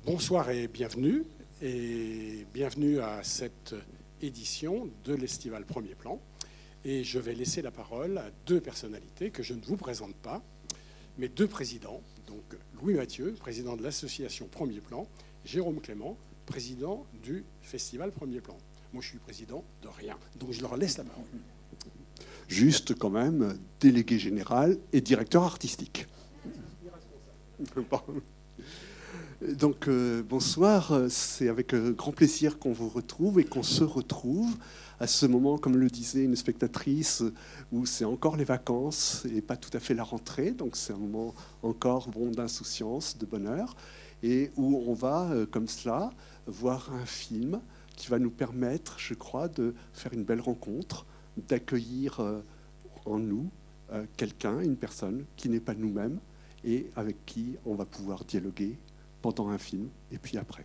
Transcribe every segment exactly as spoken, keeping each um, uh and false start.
Bonsoir et bienvenue, et bienvenue à cette édition de l'Estival Premier Plan. Et je vais laisser la parole à deux personnalités que je ne vous présente pas, mais deux présidents. Donc Louis Mathieu, président de l'association Premier Plan, Jérôme Clément, président du Festival Premier Plan. Moi, je suis président de rien, donc je leur laisse la parole. Juste quand même, délégué général et directeur artistique. Donc euh, bonsoir, c'est avec euh, grand plaisir qu'on vous retrouve et qu'on se retrouve à ce moment, comme le disait une spectatrice, où c'est encore les vacances et pas tout à fait la rentrée, donc c'est un moment encore bon d'insouciance, de bonheur, et où on va, euh, comme cela, voir un film qui va nous permettre, je crois, de faire une belle rencontre, d'accueillir euh, en nous euh, quelqu'un, une personne qui n'est pas nous-mêmes et avec qui on va pouvoir dialoguer pendant un film et puis après.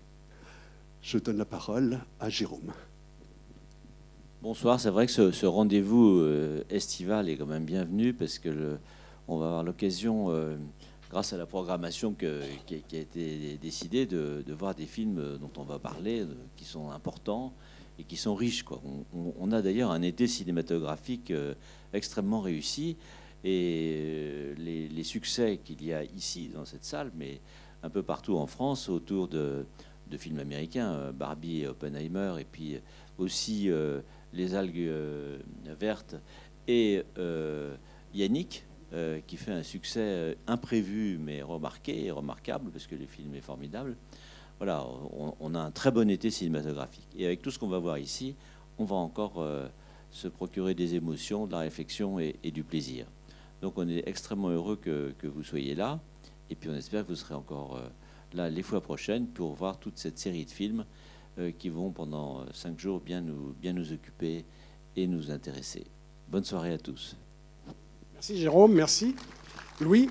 Je donne la parole à Jérôme. Bonsoir, c'est vrai que ce, ce rendez-vous euh, estival est quand même bienvenu parce que le, on va avoir l'occasion, euh, grâce à la programmation que, qui, qui a été décidée, de, de voir des films dont on va parler, de, qui sont importants et qui sont riches, quoi. On, on, on a d'ailleurs un été cinématographique euh, extrêmement réussi et euh, les, les succès qu'il y a ici dans cette salle, mais un peu partout en France autour de, de films américains, Barbie et Oppenheimer, et puis aussi euh, Les algues euh, vertes et euh, Yannick, euh, qui fait un succès imprévu mais remarqué et remarquable parce que le film est formidable. Voilà, on, on a un très bon été cinématographique. Et avec tout ce qu'on va voir ici, on va encore euh, se procurer des émotions, de la réflexion et, et du plaisir. Donc on est extrêmement heureux que, que vous soyez là. Et puis on espère que vous serez encore euh, là les fois prochaines pour voir toute cette série de films euh, qui vont pendant euh, cinq jours bien nous, bien nous occuper et nous intéresser. Bonne soirée à tous. Merci Jérôme, merci Louis.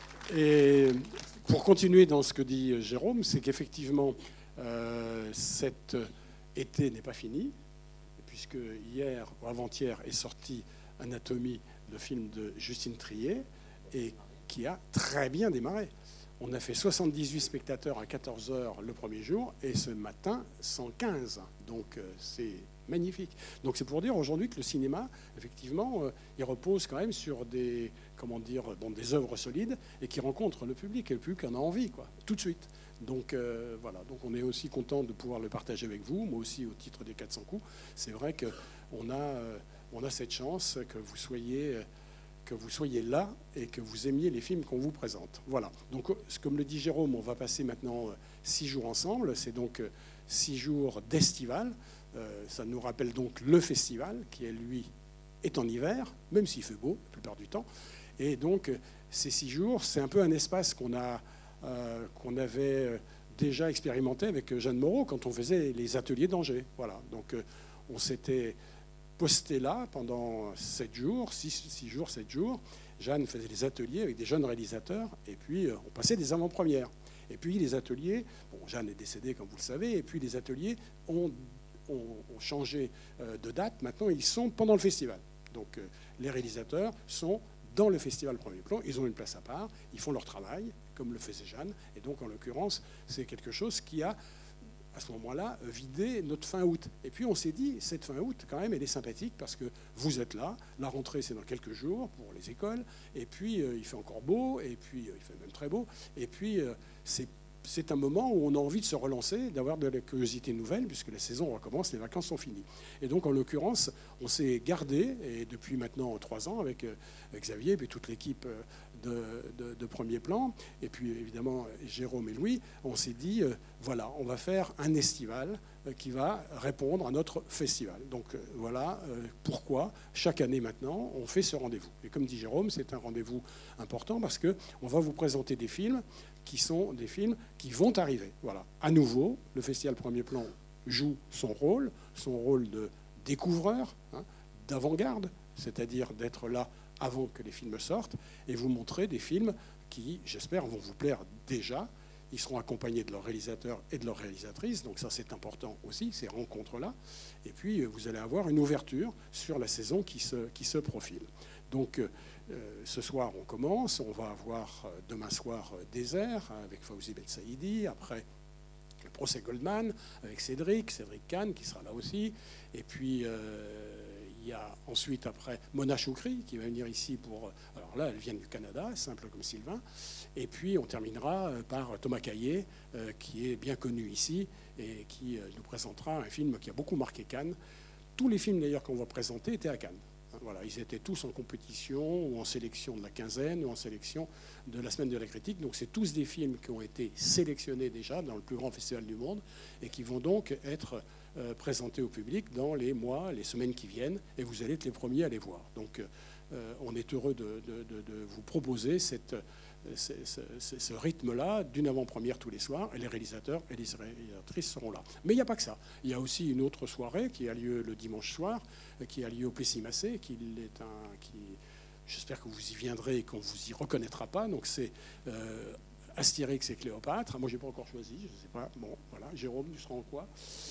Et pour continuer dans ce que dit Jérôme, c'est qu'effectivement euh, cet été n'est pas fini, puisque hier ou avant-hier est sorti Anatomie, le film de Justine Triet, et qui a très bien démarré. On a fait soixante-dix-huit spectateurs à quatorze heures le premier jour et ce matin cent quinze. Donc euh, c'est magnifique. Donc c'est pour dire aujourd'hui que le cinéma, effectivement, euh, il repose quand même sur des, comment dire, bon, des œuvres solides et qui rencontrent le public et le public en a envie, quoi, tout de suite. Donc euh, voilà. Donc on est aussi content de pouvoir le partager avec vous, moi aussi au titre des quatre cents coups. C'est vrai que on a, euh, on a cette chance que vous soyez euh, que vous soyez là et que vous aimiez les films qu'on vous présente. Voilà. Donc, comme le dit Jérôme, on va passer maintenant six jours ensemble. C'est donc six jours d'estival. Euh, ça nous rappelle donc le festival, qui, lui, est en hiver, même s'il fait beau la plupart du temps. Et donc, ces six jours, c'est un peu un espace qu'on a, euh, qu'on avait déjà expérimenté avec Jeanne Moreau quand on faisait les ateliers d'Angers. Voilà. Donc, on s'était posté là pendant sept jours, six jours, sept jours. Jeanne faisait des ateliers avec des jeunes réalisateurs et puis euh, on passait des avant-premières. Et puis les ateliers, bon, Jeanne est décédée comme vous le savez, et puis les ateliers ont, ont, ont changé euh, de date. Maintenant, ils sont pendant le festival. Donc euh, les réalisateurs sont dans le festival Premier Plan, ils ont une place à part, ils font leur travail, comme le faisait Jeanne. Et donc en l'occurrence, c'est quelque chose qui a à ce moment-là, vider notre fin août. Et puis on s'est dit, cette fin août, quand même, elle est sympathique parce que vous êtes là, la rentrée c'est dans quelques jours pour les écoles, et puis euh, il fait encore beau, et puis euh, il fait même très beau, et puis euh, c'est c'est un moment où on a envie de se relancer, d'avoir de la curiosité nouvelle, puisque la saison recommence, les vacances sont finies. Et donc, en l'occurrence, on s'est gardé, et depuis maintenant trois ans, avec Xavier et puis toute l'équipe de, de, de Premier Plan, et puis évidemment Jérôme et Louis, on s'est dit, euh, voilà, on va faire un estival euh, qui va répondre à notre festival. Donc euh, voilà euh, pourquoi, chaque année maintenant, on fait ce rendez-vous. Et comme dit Jérôme, c'est un rendez-vous important parce qu'on va vous présenter des films qui sont des films qui vont arriver. Voilà. À nouveau, le Festival Premier Plan joue son rôle, son rôle de découvreur, hein, d'avant-garde, c'est-à-dire d'être là avant que les films sortent, et vous montrer des films qui, j'espère, vont vous plaire déjà. Ils seront accompagnés de leurs réalisateurs et de leurs réalisatrices, donc ça c'est important aussi, ces rencontres-là. Et puis vous allez avoir une ouverture sur la saison qui se, qui se profile. Donc euh, ce soir on commence, on va avoir euh, demain soir euh, Désert avec Fawzi Ben Saïdi, après procès Goldman, avec Cédric, Cédric Kahn, qui sera là aussi. Et puis, euh, il y a ensuite, après, Mona Choukri, qui va venir ici pour... Alors là, elle vient du Canada, simple comme Sylvain. Et puis, on terminera par Thomas Caillet, euh, qui est bien connu ici, et qui euh, nous présentera un film qui a beaucoup marqué Cannes. Tous les films, d'ailleurs, qu'on va présenter étaient à Cannes. Voilà, ils étaient tous en compétition ou en sélection de la quinzaine ou en sélection de la semaine de la critique. Donc c'est tous des films qui ont été sélectionnés déjà dans le plus grand festival du monde et qui vont donc être euh, présentés au public dans les mois, les semaines qui viennent. Et vous allez être les premiers à les voir. Donc euh, on est heureux de, de, de, de vous proposer cette, ce, ce, ce rythme-là d'une avant-première tous les soirs. Et les réalisateurs et les réalisatrices seront là. Mais il n'y a pas que ça. Il y a aussi une autre soirée qui a lieu le dimanche soir, qui a lieu au Plessis-Massé, qui est un, qui, j'espère que vous y viendrez et qu'on ne vous y reconnaîtra pas. Donc c'est euh, Astérix et Cléopâtre. Moi, j'ai pas encore choisi, je ne sais pas. Bon, voilà. Jérôme, tu seras en quoi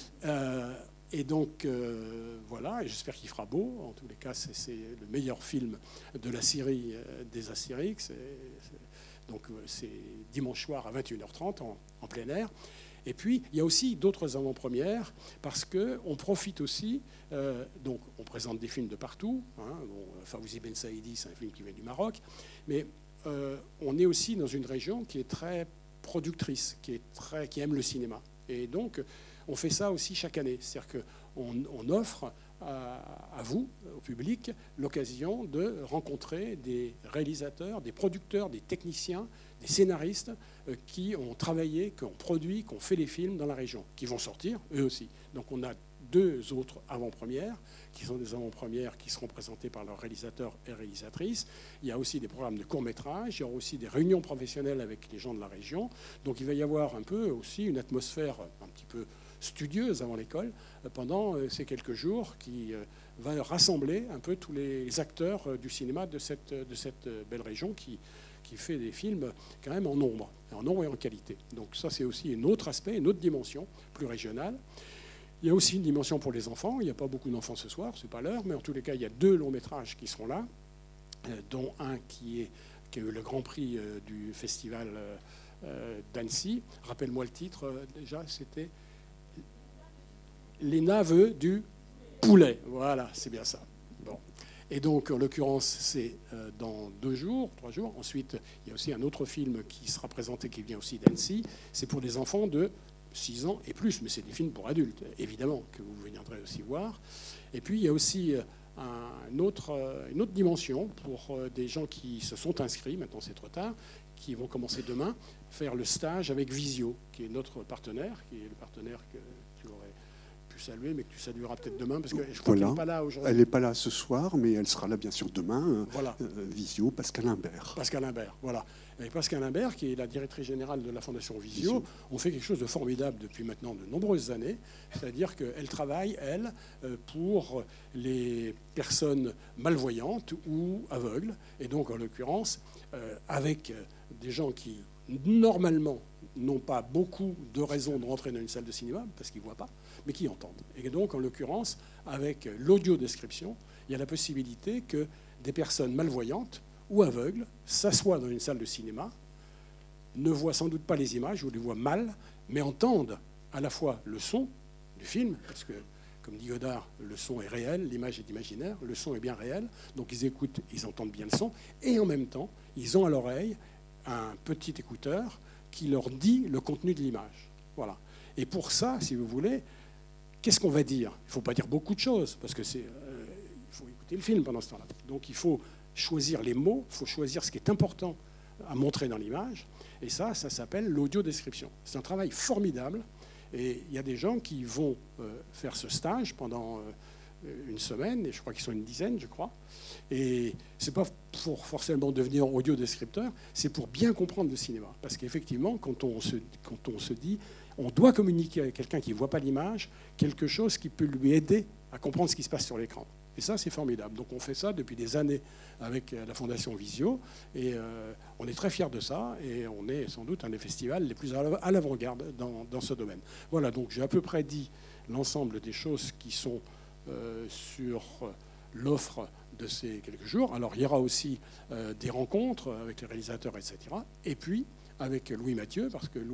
euh, Et donc, euh, voilà, et j'espère qu'il fera beau. En tous les cas, c'est, c'est le meilleur film de la série euh, des Astérix. C'est, c'est, donc, c'est dimanche soir à vingt et une heures trente en, en plein air. Et puis, il y a aussi d'autres avant-premières, parce qu'on profite aussi, euh, donc on présente des films de partout, hein, bon, Fawzi Ben Saïdi, c'est un film qui vient du Maroc, mais euh, on est aussi dans une région qui est très productrice, qui, est très, qui aime le cinéma. Et donc, on fait ça aussi chaque année, c'est-à-dire qu'on on offre à, à vous, au public, l'occasion de rencontrer des réalisateurs, des producteurs, des techniciens, des scénaristes euh, qui ont travaillé, qui ont produit, qui ont fait les films dans la région, qui vont sortir eux aussi. Donc on a deux autres avant-premières, qui sont des avant-premières qui seront présentées par leurs réalisateurs et réalisatrices. Il y a aussi des programmes de court-métrage, il y aura aussi des réunions professionnelles avec les gens de la région. Donc il va y avoir un peu aussi une atmosphère un petit peu studieuse avant l'école pendant ces quelques jours qui va rassembler un peu tous les acteurs du cinéma de cette, de cette belle région qui, qui fait des films quand même en nombre, en nombre et en qualité. Donc ça, c'est aussi un autre aspect, une autre dimension plus régionale. Il y a aussi une dimension pour les enfants. Il n'y a pas beaucoup d'enfants ce soir, c'est pas l'heure, mais en tous les cas, il y a deux longs métrages qui seront là, dont un qui, est, qui a eu le grand prix du festival d'Annecy. Rappelle-moi le titre déjà, c'était Les Naveux du Poulet. Voilà, c'est bien ça. Bon. Et donc, en l'occurrence, c'est dans deux jours, trois jours. Ensuite, il y a aussi un autre film qui sera présenté, qui vient aussi d'Annecy. C'est pour des enfants de six ans et plus, mais c'est des films pour adultes, évidemment, que vous viendrez aussi voir. Et puis, il y a aussi un autre, une autre dimension pour des gens qui se sont inscrits, maintenant c'est trop tard, qui vont commencer demain, faire le stage avec Visio, qui est notre partenaire, qui est le partenaire que tu aurais pu saluer, mais que tu salueras peut-être demain, parce que je crois voilà. qu'elle n'est pas là aujourd'hui. Elle n'est pas là ce soir, mais elle sera là bien sûr demain. Voilà. Euh, Visio, Pascal Imbert. Pascal Imbert, voilà. Et Pascal Imbert, qui est la directrice générale de la Fondation Visio, Visio, on fait quelque chose de formidable depuis maintenant de nombreuses années. C'est-à-dire qu'elle travaille, elle, pour les personnes malvoyantes ou aveugles. Et donc, en l'occurrence, avec des gens qui, normalement, n'ont pas beaucoup de raisons de rentrer dans une salle de cinéma, parce qu'ils ne voient pas, mais qui entendent. Et donc, en l'occurrence, avec l'audio-description, il y a la possibilité que des personnes malvoyantes ou aveugles s'assoient dans une salle de cinéma, ne voient sans doute pas les images ou les voient mal, mais entendent à la fois le son du film, parce que, comme dit Godard, le son est réel, l'image est imaginaire, le son est bien réel, donc ils écoutent, ils entendent bien le son, et en même temps, ils ont à l'oreille un petit écouteur qui leur dit le contenu de l'image. Voilà. Et pour ça, si vous voulez, qu'est-ce qu'on va dire ? Il ne faut pas dire beaucoup de choses, parce que c'est, euh, il faut écouter le film pendant ce temps-là. Donc il faut choisir les mots, il faut choisir ce qui est important à montrer dans l'image. Et ça, ça s'appelle l'audio-description. C'est un travail formidable. Et il y a des gens qui vont euh, faire ce stage pendant euh, une semaine, et je crois qu'ils sont une dizaine, je crois. Et ce n'est pas pour forcément devenir audio-descripteur, c'est pour bien comprendre le cinéma. Parce qu'effectivement, quand on se, quand on se dit, on doit communiquer avec quelqu'un qui ne voit pas l'image, quelque chose qui peut lui aider à comprendre ce qui se passe sur l'écran. Et ça, c'est formidable. Donc on fait ça depuis des années avec la Fondation Visio, et euh, on est très fiers de ça, et on est sans doute un des festivals les plus à l'avant-garde dans, dans ce domaine. Voilà, donc j'ai à peu près dit l'ensemble des choses qui sont euh, sur l'offre de ces quelques jours. Alors il y aura aussi euh, des rencontres avec les réalisateurs, et cetera. Et puis avec Louis Mathieu, parce que Louis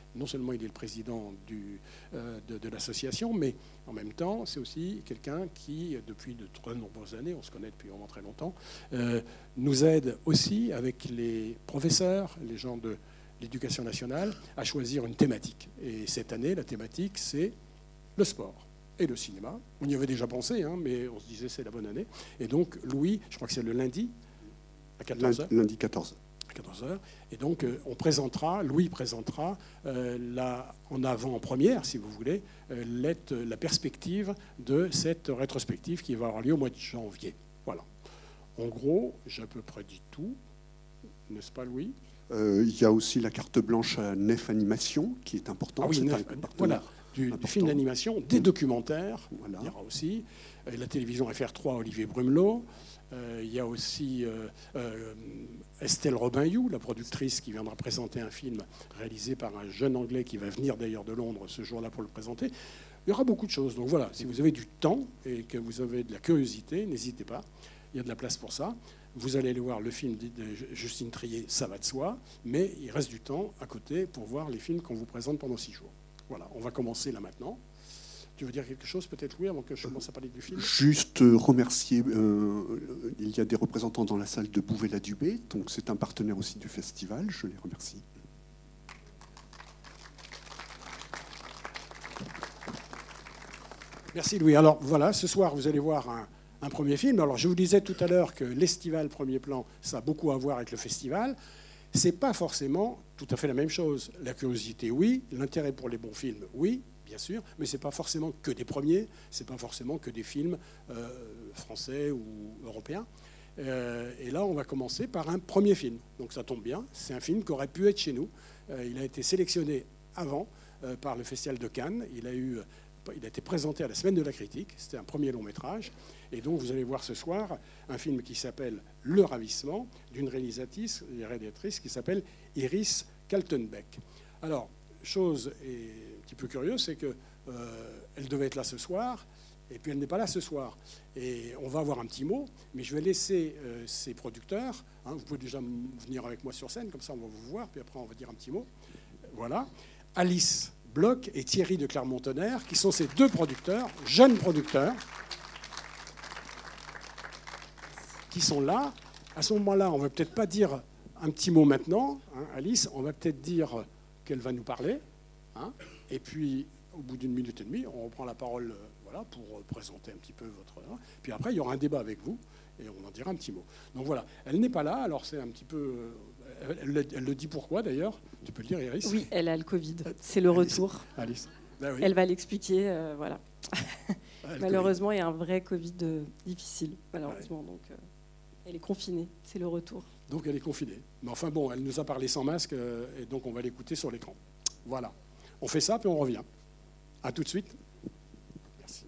non seulement il est le président du, euh, de, de l'association, mais en même temps, c'est aussi quelqu'un qui, depuis de très nombreuses années, on se connaît depuis vraiment très longtemps, euh, nous aide aussi avec les professeurs, les gens de l'éducation nationale, à choisir une thématique. Et cette année, la thématique, c'est le sport et le cinéma. On y avait déjà pensé, hein, mais on se disait c'est la bonne année. Et donc, Louis, je crois que c'est le lundi, à quatorze heures. Lundi quatorze heures. À quatorze heures. Et donc, euh, on présentera, Louis présentera, euh, la, en avant-première, si vous voulez, euh, l'être, la perspective de cette rétrospective qui va avoir lieu au mois de janvier. Voilà. En gros, j'ai à peu près dit tout, n'est-ce pas, Louis ? Euh, il y a aussi la carte blanche à Nef Animation, qui est importante. Ah oui, c'est Nef, voilà. Du, du film d'animation, des documentaires, voilà. Il y aura aussi euh, la télévision F R trois, Olivier Brumelot. Euh, il y a aussi euh, euh, Estelle Robin-You, la productrice qui viendra présenter un film réalisé par un jeune Anglais qui va venir d'ailleurs de Londres ce jour-là pour le présenter. Il y aura beaucoup de choses. Donc voilà, si vous avez du temps et que vous avez de la curiosité, n'hésitez pas. Il y a de la place pour ça. Vous allez aller voir le film de Justine Triet, ça va de soi, mais il reste du temps à côté pour voir les films qu'on vous présente pendant six jours. Voilà, on va commencer là maintenant. Tu veux dire quelque chose peut-être, Louis, avant que je commence à parler du film ? Juste remercier, euh, il y a des représentants dans la salle de Bouvet-la-Dubé, donc c'est un partenaire aussi du festival, je les remercie. Merci Louis. Alors voilà, ce soir vous allez voir un, un premier film. Alors je vous disais tout à l'heure que l'estival premier plan, ça a beaucoup à voir avec le festival. C'est pas forcément tout à fait la même chose. La curiosité, oui. L'intérêt pour les bons films, oui, bien sûr. Mais c'est pas forcément que des premiers. C'est pas forcément que des films euh, français ou européens. Euh, et là, on va commencer par un premier film. Donc ça tombe bien. C'est un film qui aurait pu être chez nous. Euh, il a été sélectionné avant euh, par le Festival de Cannes. Il a eu, il a été présenté à la Semaine de la Critique. C'était un premier long métrage. Et donc, vous allez voir ce soir un film qui s'appelle Le Ravissement, d'une réalisatrice, réalisatrice qui s'appelle Iris Kaltenbeck. Alors, chose est un petit peu curieuse, c'est qu'elle euh, devait être là ce soir, et puis elle n'est pas là ce soir. Et on va avoir un petit mot, mais je vais laisser euh, ses producteurs, hein, vous pouvez déjà venir avec moi sur scène, comme ça on va vous voir, puis après on va dire un petit mot. Voilà. Alice Bloch et Thierry de Clermont-Tonnerre, qui sont ces deux producteurs, jeunes producteurs, qui sont là. À ce moment-là, on ne va peut-être pas dire un petit mot maintenant, hein, Alice, on va peut-être dire qu'elle va nous parler, hein, et puis au bout d'une minute et demie, on reprend la parole euh, voilà, pour euh, présenter un petit peu votre... Hein, puis après, il y aura un débat avec vous, et on en dira un petit mot. Donc voilà, elle n'est pas là, alors c'est un petit peu... Euh, elle, elle, elle le dit pourquoi, d'ailleurs. Tu peux le dire, Iris ? Oui, elle a le Covid, c'est le Alice. retour. Alice. Ben oui. Elle va l'expliquer, euh, voilà. Ah, malheureusement, il y a un vrai Covid euh, difficile, malheureusement, ouais. donc... Euh... Elle est confinée, c'est le retour. Donc elle est confinée. Mais enfin bon, elle nous a parlé sans masque, euh, et donc on va l'écouter sur l'écran. Voilà. On fait ça, puis on revient. À tout de suite. Merci.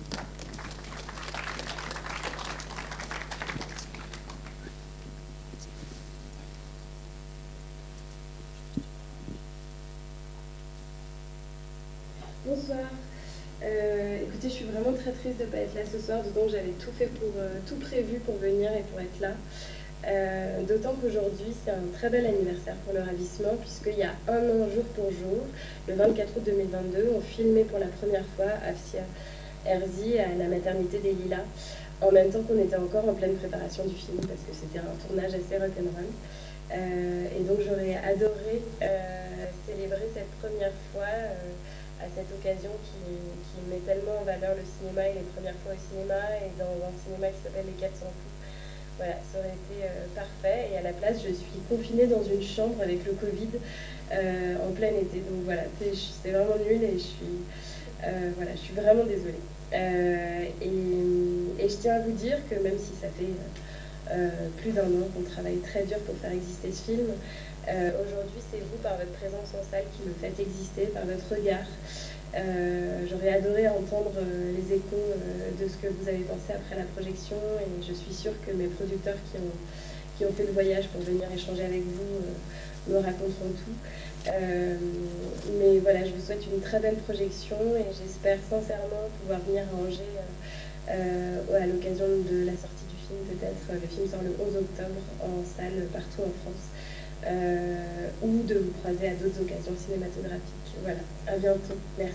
Bonsoir. Euh, écoutez, je suis vraiment très triste de ne pas être là ce soir, d'autant que j'avais tout fait pour euh, tout prévu pour venir et pour être là. Euh, d'autant qu'aujourd'hui, c'est un très bel anniversaire pour le Ravissement, puisqu'il y a un an, jour pour jour, le vingt-quatre août deux mille vingt-deux, on filmait pour la première fois Afsia Herzi à la maternité des Lilas, en même temps qu'on était encore en pleine préparation du film, parce que c'était un tournage assez rock'n'roll. Euh, et donc j'aurais adoré euh, célébrer cette première fois euh, à cette occasion qui, qui met tellement en valeur le cinéma et les premières fois au cinéma, et dans un cinéma qui s'appelle Les quatre cents coups. Voilà, ça aurait été euh, parfait. Et à la place, je suis confinée dans une chambre avec le Covid euh, en plein été. Donc voilà, c'est vraiment nul et je suis, euh, voilà, je suis vraiment désolée. Euh, et, et je tiens à vous dire que même si ça fait euh, plus d'un an qu'on travaille très dur pour faire exister ce film, euh, aujourd'hui c'est vous, par votre présence en salle, qui me faites exister, par votre regard. Euh, J'aurais adoré entendre euh, les échos euh, de ce que vous avez pensé après la projection, et je suis sûre que mes producteurs qui ont, qui ont fait le voyage pour venir échanger avec vous euh, me raconteront tout. Euh, mais voilà, je vous souhaite une très belle projection et j'espère sincèrement pouvoir venir à Angers euh, à l'occasion de la sortie du film, peut-être. Le film sort le onze octobre en salle partout en France. euh, ou de vous croiser à d'autres occasions cinématographiques. Voilà, à bientôt. Merci.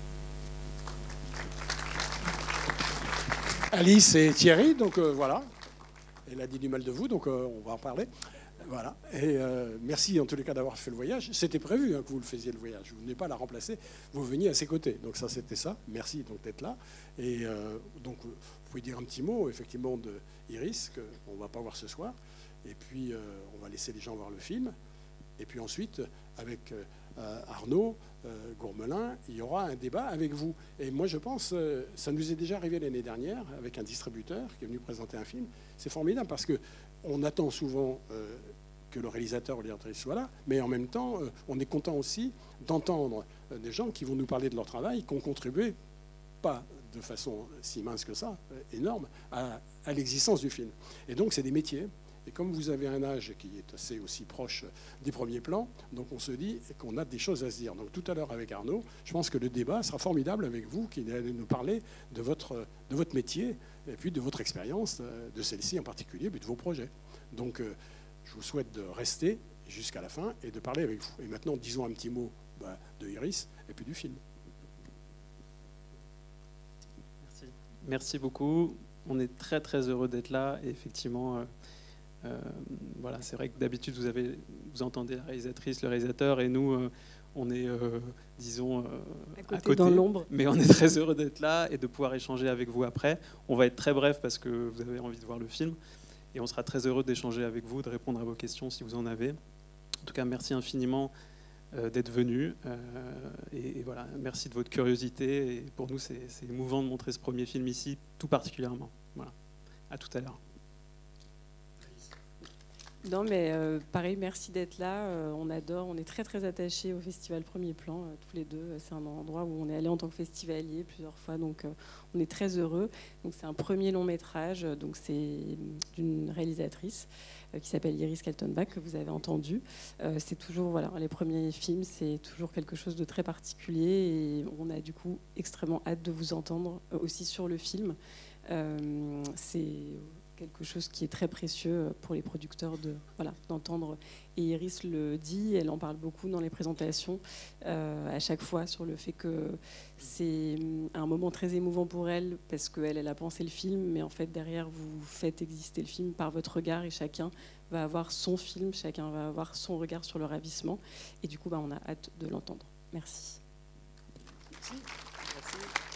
Alice et Thierry, donc euh, voilà. Elle a dit du mal de vous, donc euh, on va en parler. Voilà. Et euh, merci en tous les cas d'avoir fait le voyage. C'était prévu hein, que vous le faisiez le voyage. Vous venez pas la remplacer, vous veniez à ses côtés. Donc ça, c'était ça. Merci donc d'être là. Et euh, donc vous pouvez dire un petit mot effectivement de Iris qu'on va pas voir ce soir. Et puis euh, on va laisser les gens voir le film. Et puis ensuite, avec euh, Arnaud euh, Gourmelin, il y aura un débat avec vous. Et moi, je pense, euh, ça nous est déjà arrivé l'année dernière avec un distributeur qui est venu présenter un film. C'est formidable parce que on attend souvent euh, que le réalisateur ou l'actrice soit là, mais en même temps, euh, on est content aussi d'entendre euh, des gens qui vont nous parler de leur travail, qui ont contribué, pas de façon si mince que ça, euh, énorme, à, à l'existence du film. Et donc, c'est des métiers. Et comme vous avez un âge qui est assez aussi proche des premiers plans, donc on se dit qu'on a des choses à se dire. Donc tout à l'heure avec Arnaud, je pense que le débat sera formidable avec vous, qui allez nous parler de votre, de votre métier et puis de votre expérience, de celle-ci en particulier, mais de vos projets. Donc euh, je vous souhaite de rester jusqu'à la fin et de parler avec vous. Et maintenant, disons un petit mot bah, de Iris et puis du film. Merci. Merci beaucoup. On est très très heureux d'être là. Et effectivement... Euh, Euh, voilà, c'est vrai que d'habitude vous avez, vous entendez la réalisatrice, le réalisateur, et nous, euh, on est, euh, disons, euh, à côté, à côté dans l'ombre. Mais on est très heureux d'être là et de pouvoir échanger avec vous après. On va être très bref parce que vous avez envie de voir le film, et on sera très heureux d'échanger avec vous, de répondre à vos questions si vous en avez. En tout cas, merci infiniment euh, d'être venu, euh, et, et voilà, merci de votre curiosité. Et pour nous, c'est, c'est émouvant de montrer ce premier film ici, tout particulièrement. Voilà. À tout à l'heure. Non, mais euh, pareil, merci d'être là. Euh, on adore, on est très très attachés au festival Premier Plan, euh, tous les deux. C'est un endroit où on est allé en tant que festivalier plusieurs fois, donc euh, on est très heureux. Donc c'est un premier long métrage, donc c'est d'une réalisatrice euh, qui s'appelle Iris Kaltenbach, que vous avez entendu. Euh, c'est toujours, voilà, les premiers films, c'est toujours quelque chose de très particulier, et on a du coup extrêmement hâte de vous entendre euh, aussi sur le film. Euh, c'est quelque chose qui est très précieux pour les producteurs de, voilà, d'entendre. Et Iris le dit, elle en parle beaucoup dans les présentations, euh, à chaque fois, sur le fait que c'est un moment très émouvant pour elle, parce qu'elle elle a pensé le film, mais en fait, derrière, vous faites exister le film par votre regard, et chacun va avoir son film, chacun va avoir son regard sur le ravissement. Et du coup, bah, on a hâte de l'entendre. Merci. Merci. Merci.